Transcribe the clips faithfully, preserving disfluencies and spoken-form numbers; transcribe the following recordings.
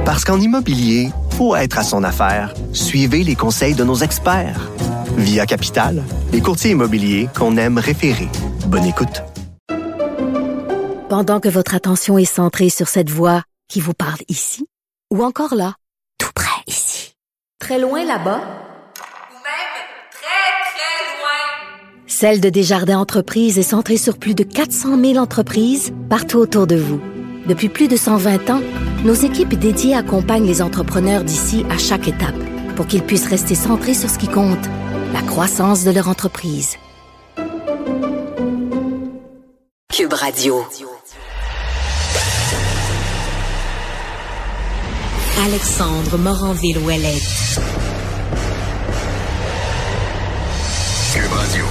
Parce qu'en immobilier, faut être à son affaire. Suivez les conseils de nos experts. Via Capital, les courtiers immobiliers qu'on aime référer. Bonne écoute. Pendant que votre attention est centrée sur cette voix qui vous parle ici, ou encore là, tout près ici, très loin là-bas, ou même très, très loin, Celle de Desjardins Entreprises est centrée sur plus de quatre cent mille entreprises partout autour de vous. Depuis plus de cent vingt ans, nos équipes dédiées accompagnent les entrepreneurs d'ici à chaque étape pour qu'ils puissent rester centrés sur ce qui compte, la croissance de leur entreprise. Cube Radio. Alexandre Moranville-Ouellette. Cube Radio.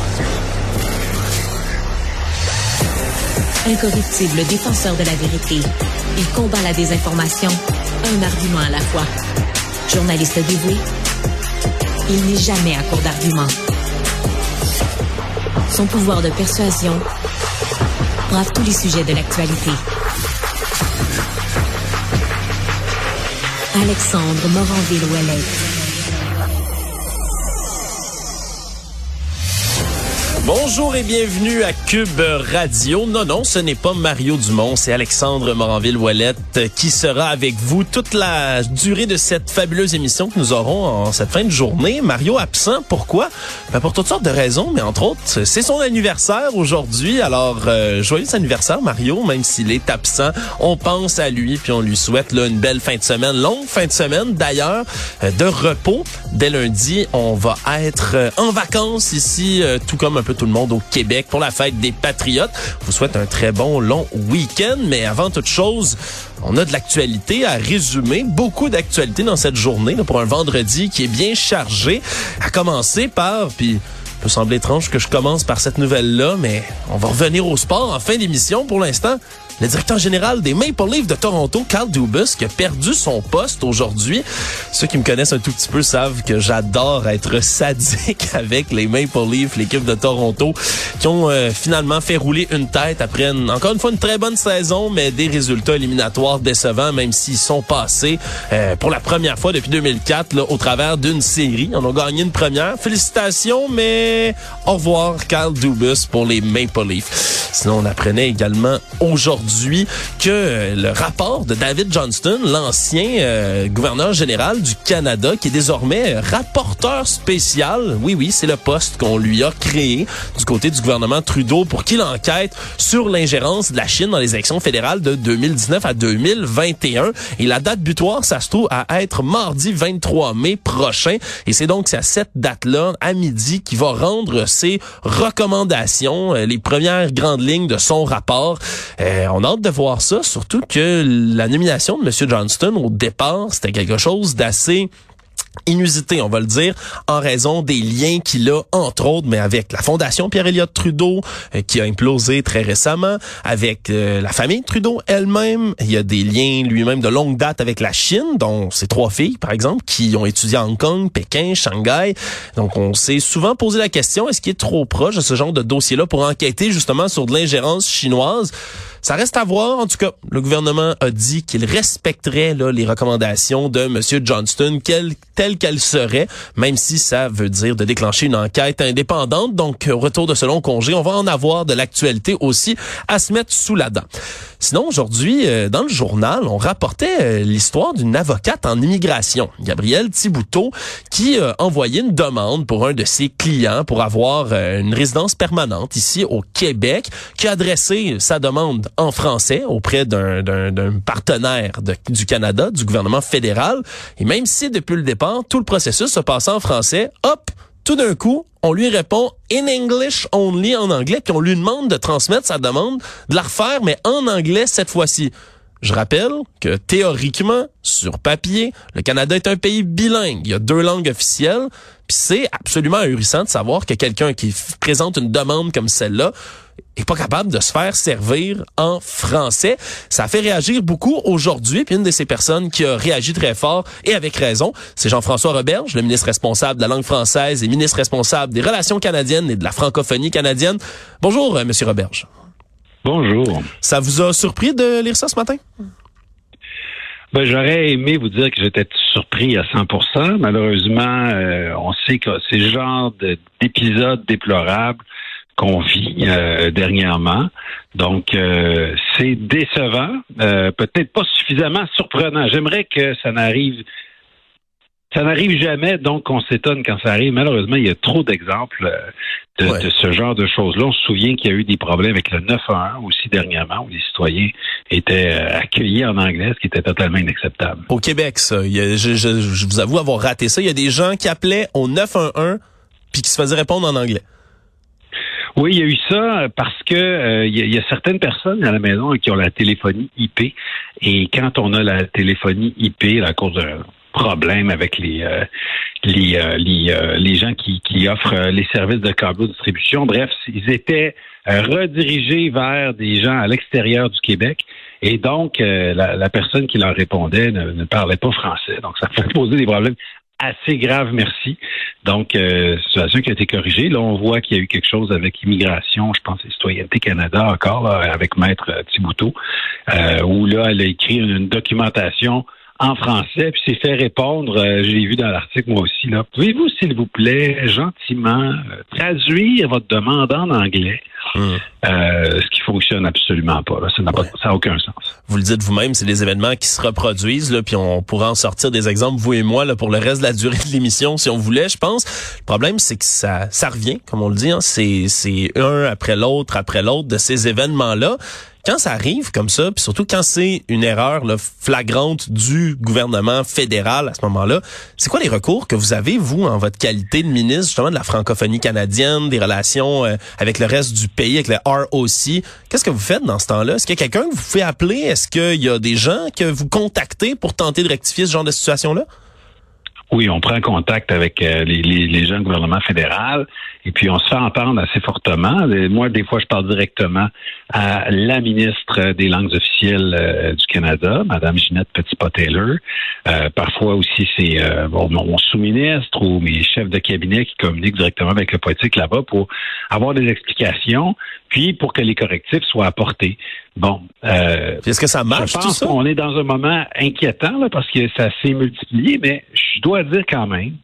Incorruptible défenseur de la vérité, il combat la désinformation, un argument à la fois. Journaliste dévoué, il n'est jamais à court d'arguments. Son pouvoir de persuasion brave tous les sujets de l'actualité. Alexandre Moranville-Ouellette. Bonjour et bienvenue à Cube Radio. Non, non, ce n'est pas Mario Dumont, c'est Alexandre Moranville-Ouellette qui sera avec vous toute la durée de cette fabuleuse émission que nous aurons en cette fin de journée. Mario absent, pourquoi? Ben pour toutes sortes de raisons, mais entre autres, c'est son anniversaire aujourd'hui. Alors, euh, joyeux anniversaire Mario, même s'il est absent. On pense à lui, puis on lui souhaite là une belle fin de semaine, longue fin de semaine d'ailleurs, euh, de repos. Dès lundi, on va être euh, en vacances ici, euh, tout comme un peu tout le monde au Québec pour la fête des Patriotes. Je vous souhaite un très bon long week-end, mais avant toute chose, on a de l'actualité à résumer, beaucoup d'actualité dans cette journée là, pour un vendredi qui est bien chargé. À commencer par, puis peut sembler étrange que je commence par cette nouvelle-là, mais on va revenir au sport en fin d'émission pour l'instant. Le directeur général des Maple Leafs de Toronto, Kyle Dubas, qui a perdu son poste aujourd'hui. Ceux qui me connaissent un tout petit peu savent que j'adore être sadique avec les Maple Leafs, l'équipe de Toronto, qui ont euh, finalement fait rouler une tête après, une, encore une fois, une très bonne saison, mais des résultats éliminatoires décevants, même s'ils sont passés euh, pour la première fois depuis deux mille quatre là, au travers d'une série. On a gagné une première. Félicitations, mais au revoir, Kyle Dubas pour les Maple Leafs. Sinon, on apprenait également aujourd'hui que le rapport de David Johnston, l'ancien euh, gouverneur général du Canada, qui est désormais rapporteur spécial, oui, oui, c'est le poste qu'on lui a créé du côté du gouvernement Trudeau pour qu'il enquête sur l'ingérence de la Chine dans les élections fédérales de deux mille dix-neuf à deux mille vingt et un. Et la date butoir, ça se trouve à être mardi vingt-trois mai prochain. Et c'est donc à cette date-là, à midi, qu'il va rendre ses recommandations, les premières grandes lignes de son rapport. Euh, on a hâte de voir ça, surtout que la nomination de M. Johnston, au départ, c'était quelque chose d'assez inusité, on va le dire, en raison des liens qu'il a, entre autres, mais avec la Fondation Pierre-Éliott Trudeau, euh, qui a implosé très récemment, avec euh, la famille Trudeau elle-même. Il y a des liens lui-même de longue date avec la Chine, dont ses trois filles, par exemple, qui ont étudié à Hong Kong, Pékin, Shanghai. Donc, on s'est souvent posé la question, est-ce qu'il est trop proche de ce genre de dossier-là pour enquêter justement sur de l'ingérence chinoise? Ça reste à voir. En tout cas, le gouvernement a dit qu'il respecterait là, les recommandations de M. Johnston quelle, telles qu'elles seraient, même si ça veut dire de déclencher une enquête indépendante. Donc, au retour de ce long congé, on va en avoir de l'actualité aussi à se mettre sous la dent. Sinon, aujourd'hui, euh, dans le journal, on rapportait euh, l'histoire d'une avocate en immigration, Gabrielle Thibouteau, qui a euh, envoyé une demande pour un de ses clients pour avoir euh, une résidence permanente ici au Québec, qui a adressé sa demande en français auprès d'un, d'un, d'un partenaire de, du Canada, du gouvernement fédéral. Et même si, depuis le départ, tout le processus se passait en français, hop, tout d'un coup, on lui répond in English only, en anglais, puis on lui demande de transmettre sa demande, de la refaire, mais en anglais cette fois-ci. Je rappelle que théoriquement, sur papier, le Canada est un pays bilingue. Il y a deux langues officielles, puis c'est absolument ahurissant de savoir que quelqu'un qui f- présente une demande comme celle-là est pas capable de se faire servir en français. Ça a fait réagir beaucoup aujourd'hui, puis une de ces personnes qui a réagi très fort, et avec raison, c'est Jean-François Roberge, le ministre responsable de la langue française et ministre responsable des relations canadiennes et de la francophonie canadienne. Bonjour, euh, Monsieur Roberge. Bonjour. Ça vous a surpris de lire ça ce matin? Ben, j'aurais aimé vous dire que j'étais surpris à cent pour cent. Malheureusement, euh, on sait que c'est le genre de, d'épisodes déplorables qu'on vit euh, dernièrement. Donc, euh, c'est décevant, euh, peut-être pas suffisamment surprenant. J'aimerais que ça n'arrive Ça n'arrive jamais, donc on s'étonne quand ça arrive. Malheureusement, il y a trop d'exemples de, ouais. de ce genre de choses-là. On se souvient qu'il y a eu des problèmes avec le neuf un un aussi dernièrement, où les citoyens étaient accueillis en anglais, ce qui était totalement inacceptable. Au Québec, ça, il y a, je, je, je vous avoue avoir raté ça. Il y a des gens qui appelaient au neuf un un puis qui se faisaient répondre en anglais. Oui, il y a eu ça parce que euh, il, y a, il y a certaines personnes à la maison qui ont la téléphonie I P. Et quand on a la téléphonie I P, à cause de problème avec les euh, les euh, les, euh, les gens qui, qui offrent euh, les services de câble distribution. Bref, ils étaient euh, redirigés vers des gens à l'extérieur du Québec et donc euh, la, la personne qui leur répondait ne, ne parlait pas français. Donc ça fait poser des problèmes assez graves, merci. Donc euh, situation qui a été corrigée. Là, on voit qu'il y a eu quelque chose avec Immigration, je pense c'est Citoyenneté Canada encore là, avec Maître Thibouteau, euh, où là elle a écrit une, une documentation en français, puis s'est fait répondre, euh, je l'ai vu dans l'article moi aussi, là. Pouvez-vous, s'il vous plaît, gentiment, euh, traduire votre demande en anglais? Mmh. Euh, ce qui fonctionne absolument pas. Là. Ça n'a pas, ouais. ça n'a aucun sens. Vous le dites vous-même, c'est des événements qui se reproduisent, là, puis on pourra en sortir des exemples, vous et moi, là, pour le reste de la durée de l'émission, si on voulait, je pense. Le problème, c'est que ça, ça revient, comme on le dit, hein, c'est, c'est un après l'autre, après l'autre de ces événements-là. Quand ça arrive comme ça, puis surtout quand c'est une erreur là, flagrante du gouvernement fédéral à ce moment-là, c'est quoi les recours que vous avez, vous, en votre qualité de ministre, justement, de la francophonie canadienne, des relations euh, avec le reste du pays, avec le R O C? Qu'est-ce que vous faites dans ce temps-là? Est-ce qu'il y a quelqu'un que vous pouvez appeler? Est-ce qu'il y a des gens que vous contactez pour tenter de rectifier ce genre de situation-là? Oui, on prend contact avec euh, les, les, les gens du gouvernement fédéral et puis on se fait entendre assez fortement. Moi, des fois, je parle directement à la ministre des langues officielles euh, du Canada, Mme Ginette Petitpas-Taylor. Euh, parfois aussi, c'est euh, bon, mon sous-ministre ou mes chefs de cabinet qui communiquent directement avec le politique là-bas pour avoir des explications, puis pour que les correctifs soient apportés. Bon. Euh, Est-ce que ça marche, je pense tout ça? qu'on est dans un moment inquiétant là, parce que ça s'est multiplié, mais je dois dire quand même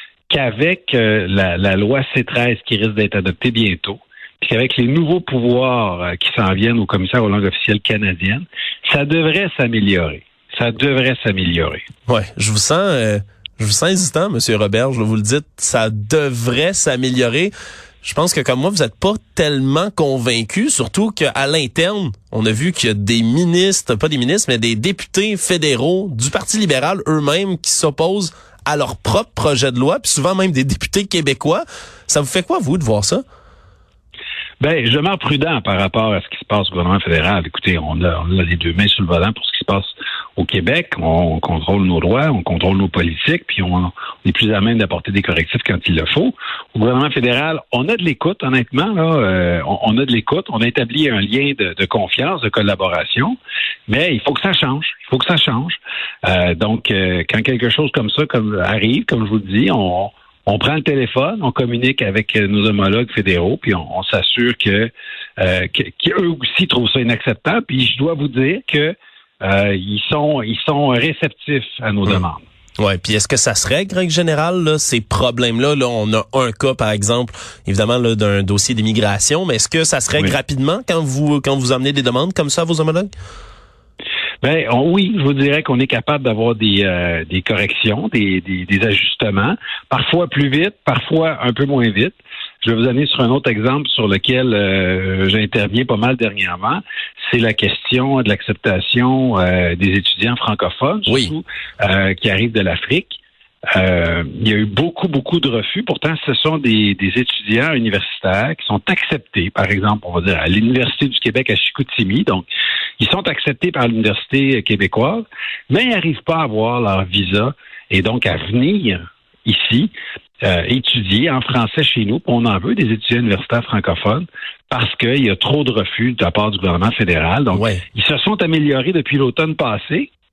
qu'avec euh, la, la loi C treize qui risque d'être adoptée bientôt, puis qu'avec les nouveaux pouvoirs euh, qui s'en viennent au commissaire aux langues officielles canadiennes, ça devrait s'améliorer. Ça devrait s'améliorer. Ouais, je vous sens, euh, je vous sens hésitant, M. Robert. Je vous le dis, ça devrait s'améliorer. Je pense que comme moi, vous n'êtes pas tellement convaincu, surtout qu'à l'interne, on a vu qu'il y a des ministres, pas des ministres, mais des députés fédéraux du Parti libéral eux-mêmes qui s'opposent à leur propre projet de loi, puis souvent même des députés québécois. Ça vous fait quoi, vous, de voir ça? Ben, je demeure prudent par rapport à ce qui se passe au gouvernement fédéral. Écoutez, on a, on a les deux mains sur le volant pour ce qui se passe au Québec. On contrôle nos droits, on contrôle nos politiques, puis on, on est plus à même d'apporter des correctifs quand il le faut. Au gouvernement fédéral, on a de l'écoute, honnêtement. Là, euh, on, on a de l'écoute. On a établi un lien de, de confiance, de collaboration, mais il faut que ça change. Il faut que ça change. Euh, donc, euh, quand quelque chose comme ça comme arrive, comme je vous le dis, on On prend le téléphone, on communique avec nos homologues fédéraux, puis on, on s'assure que, euh, que qu'eux aussi trouvent ça inacceptable. Puis je dois vous dire que euh, ils sont ils sont réceptifs à nos mmh. demandes. Ouais, puis est-ce que ça se règle, règle générale, là, ces problèmes-là? Là, on a un cas, par exemple, évidemment, là, d'un dossier d'immigration, mais est-ce que ça se règle oui. rapidement quand vous quand vous amenez des demandes comme ça à vos homologues? Ben on, oui, je vous dirais qu'on est capable d'avoir des euh, des corrections, des, des des ajustements, parfois plus vite, parfois un peu moins vite. Je vais vous amener sur un autre exemple sur lequel euh, j'interviens pas mal dernièrement. C'est la question de l'acceptation euh, des étudiants francophones, surtout oui. euh, qui arrivent de l'Afrique. Euh, il y a eu beaucoup, beaucoup de refus. Pourtant, ce sont des, des étudiants universitaires qui sont acceptés, par exemple, on va dire, à l'Université du Québec à Chicoutimi. Donc, ils sont acceptés par l'Université québécoise, mais ils n'arrivent pas à avoir leur visa et donc à venir ici euh, étudier en français chez nous. On en veut des étudiants universitaires francophones parce qu'il y a trop de refus de la part du gouvernement fédéral. Donc, ouais. ils se sont améliorés depuis l'automne passé.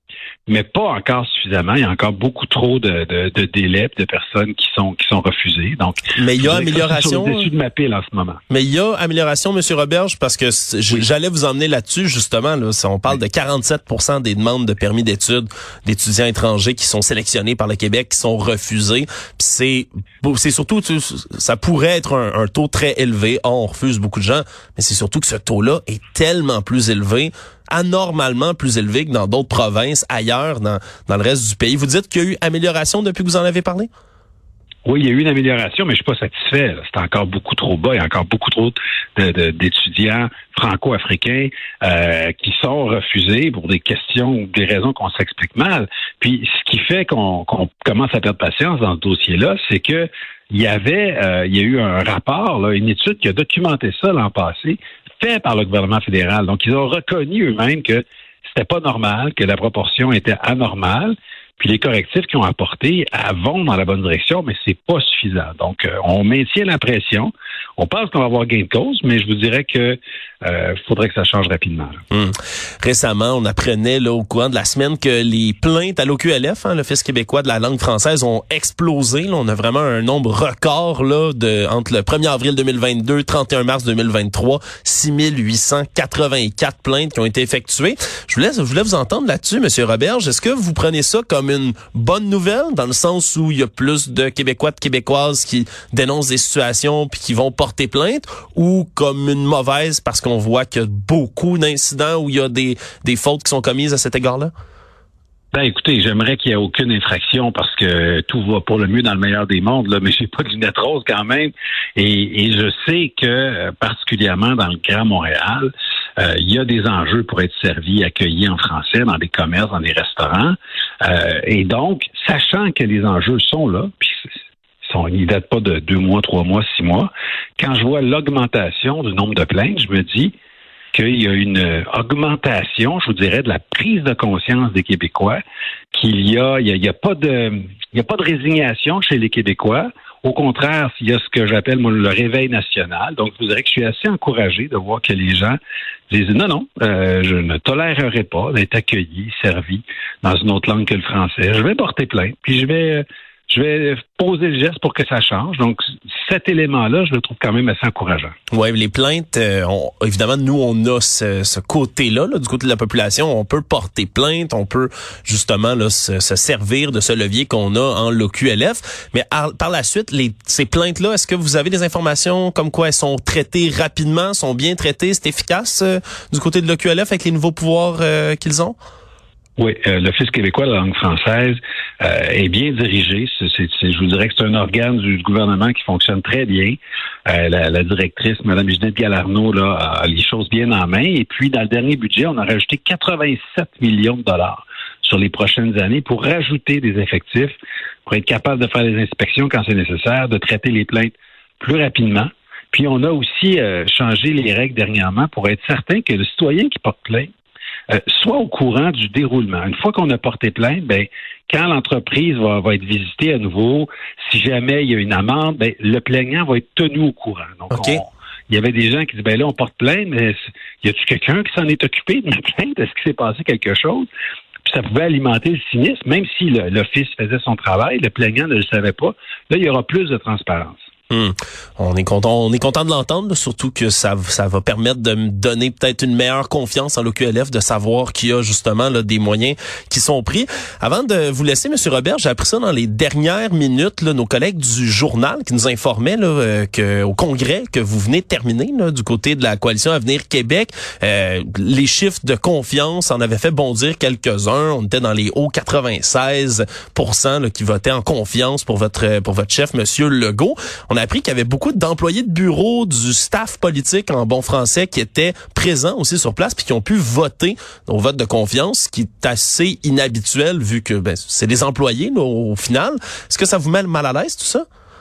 mais pas encore suffisamment. Il y a encore beaucoup trop de, de, de délais, de personnes qui sont qui sont refusées. Donc, mais il y a amélioration. Je suis au-dessus de ma pile en ce moment. Mais il y a amélioration, Monsieur Roberge, parce que oui. j'allais vous emmener là-dessus justement. Là, on parle oui. de quarante-sept pour cent des demandes de permis d'études d'étudiants étrangers qui sont sélectionnés par le Québec, qui sont refusés. Puis c'est c'est surtout ça pourrait être un, un taux très élevé. Oh, on refuse beaucoup de gens, mais c'est surtout que ce taux-là est tellement plus élevé, anormalement plus élevé que dans d'autres provinces, ailleurs, dans, dans le reste du pays. Vous dites qu'il y a eu amélioration depuis que vous en avez parlé? Oui, il y a eu une amélioration, mais je suis pas satisfait. Là. C'est encore beaucoup trop bas. Il y a encore beaucoup trop de, de, d'étudiants franco-africains euh, qui sont refusés pour des questions ou des raisons qu'on s'explique mal. Puis, ce qui fait qu'on, qu'on commence à perdre patience dans ce dossier-là, c'est que il y avait, euh, il y a eu un rapport, là, une étude qui a documenté ça l'an passé, fait par le gouvernement fédéral. Donc, ils ont reconnu eux-mêmes que c'était pas normal, que la proportion était anormale. Puis les correctifs qu'ils ont apportés vont dans la bonne direction, mais c'est pas suffisant. Donc, euh, on maintient la pression. On pense qu'on va avoir gain de cause, mais je vous dirais que euh, faudrait que ça change rapidement. Hum. Récemment, on apprenait là au courant de la semaine que les plaintes à l'O Q L F, hein, l'Office québécois de la langue française, ont explosé. Là, on a vraiment un nombre record là de entre le premier avril deux mille vingt-deux, trente et un mars deux mille vingt-trois, six mille huit cent quatre-vingt-quatre plaintes qui ont été effectuées. Je voulais, je voulais vous entendre là-dessus, Monsieur Roberge. Est-ce que vous prenez ça comme une bonne nouvelle, dans le sens où il y a plus de Québécois, de Québécoises qui dénoncent des situations puis qui vont porter plainte, ou comme une mauvaise parce qu'on voit qu'il y a beaucoup d'incidents où il y a des, des fautes qui sont commises à cet égard-là? Ben, écoutez, j'aimerais qu'il n'y ait aucune infraction parce que tout va pour le mieux dans le meilleur des mondes, là, mais j'ai pas de lunettes roses quand même. Et, et je sais que, particulièrement dans le Grand Montréal, euh, il y a des enjeux pour être servis, accueillis en français dans des commerces, dans des restaurants. Euh, et donc, sachant que les enjeux sont là, puis sont, ils ne datent pas de deux mois, trois mois, six mois, quand je vois l'augmentation du nombre de plaintes, je me dis qu'il y a une augmentation, je vous dirais, de la prise de conscience des Québécois, qu'il y a, il y a, il y a pas de, il y a pas de résignation chez les Québécois. Au contraire, il y a ce que j'appelle moi, le réveil national. Donc, je vous dirais que je suis assez encouragé de voir que les gens disent non, non, euh, je ne tolérerai pas d'être accueilli, servi dans une autre langue que le français. Je vais porter plainte, puis je vais, je vais poser le geste pour que ça change. Donc, cet élément-là, je le trouve quand même assez encourageant. Oui, les plaintes, euh, on, évidemment, nous, on a ce, ce côté-là, là, du côté de la population. On peut porter plainte, on peut justement là, se, se servir de ce levier qu'on a en l'O Q L F. Mais à, par la suite, les, ces plaintes-là, est-ce que vous avez des informations comme quoi elles sont traitées rapidement, sont bien traitées, c'est efficace euh, du côté de l'O Q L F avec les nouveaux pouvoirs euh, qu'ils ont? Oui, euh, l'Office québécois de la langue française euh, est bien dirigé. C'est, c'est, c'est, je vous dirais que c'est un organe du gouvernement qui fonctionne très bien. Euh, la, la directrice, Mme Ginette Galarneau, là, a les choses bien en main. Et puis, dans le dernier budget, on a rajouté quatre-vingt-sept millions de dollars sur les prochaines années pour rajouter des effectifs, pour être capable de faire des inspections quand c'est nécessaire, de traiter les plaintes plus rapidement. Puis, on a aussi euh, changé les règles dernièrement pour être certain que le citoyen qui porte plainte Euh, soit au courant du déroulement. Une fois qu'on a porté plainte, ben, quand l'entreprise va, va être visitée à nouveau, si jamais il y a une amende, ben, le plaignant va être tenu au courant. Donc, okay. on, il y avait des gens qui disaient, ben là, on porte plainte, mais y a-tu quelqu'un qui s'en est occupé de ma plainte? Est-ce qu'il s'est passé quelque chose? Puis ça pouvait alimenter le cynisme, même si le, l'office faisait son travail, le plaignant ne le savait pas. Là, il y aura plus de transparence. Hum. On est content, on est content de l'entendre, là, surtout que ça, ça va permettre de me donner peut-être une meilleure confiance en l'O Q L F, de savoir qu'il y a justement là, des moyens qui sont pris. Avant de vous laisser, M. Robert, j'ai appris ça dans les dernières minutes, là, nos collègues du journal qui nous informaient là, euh, que au Congrès que vous venez de terminer là, du côté de la coalition Avenir Québec, euh, les chiffres de confiance en avaient fait bondir quelques-uns. On était dans les hauts quatre-vingt-seize pour cent là, qui votaient en confiance pour votre pour votre chef, M. Legault. On a appris qu'il y avait beaucoup d'employés de bureau, du staff politique en bon français qui étaient présents aussi sur place puis qui ont pu voter au vote de confiance, ce qui est assez inhabituel vu que ben, c'est des employés là, au final. Est-ce que ça vous met mal à l'aise tout ça?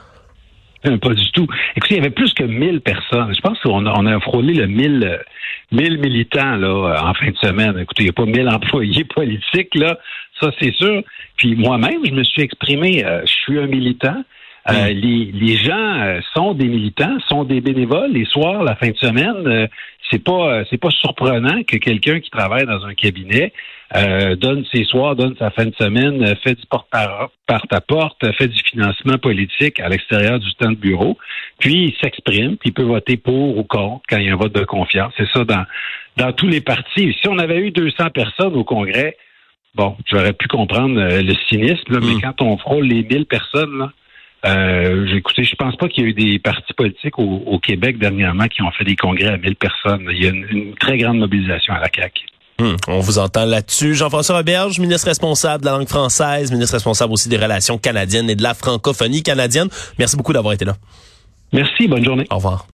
Pas du tout. Écoutez, il y avait plus que mille personnes. Je pense qu'on a, on a frôlé le mille, mille militants là en fin de semaine. Écoutez, il n'y a pas mille employés politiques, là, ça c'est sûr. Puis moi-même, je me suis exprimé, euh, je suis un militant. Euh, les, les gens euh, sont des militants, sont des bénévoles. Les soirs, la fin de semaine, euh, c'est pas euh, c'est pas surprenant que quelqu'un qui travaille dans un cabinet euh, donne ses soirs, donne sa fin de semaine, euh, fait du porte-à-porte, fait du financement politique à l'extérieur du temps de bureau, puis il s'exprime, puis il peut voter pour ou contre quand il y a un vote de confiance. C'est ça dans dans tous les partis. Si on avait eu deux cents personnes au Congrès, bon, j'aurais pu comprendre euh, le cynisme, là, mmh. mais quand on frôle les mille personnes, là, Euh, écoutez, je pense pas qu'il y a eu des partis politiques au, au Québec dernièrement qui ont fait des congrès à mille personnes. Il y a une, une très grande mobilisation à la C A Q. Hum, on vous entend là-dessus. Jean-François Roberge, ministre responsable de la langue française, ministre responsable aussi des relations canadiennes et de la francophonie canadienne. Merci beaucoup d'avoir été là. Merci, bonne journée. Au revoir.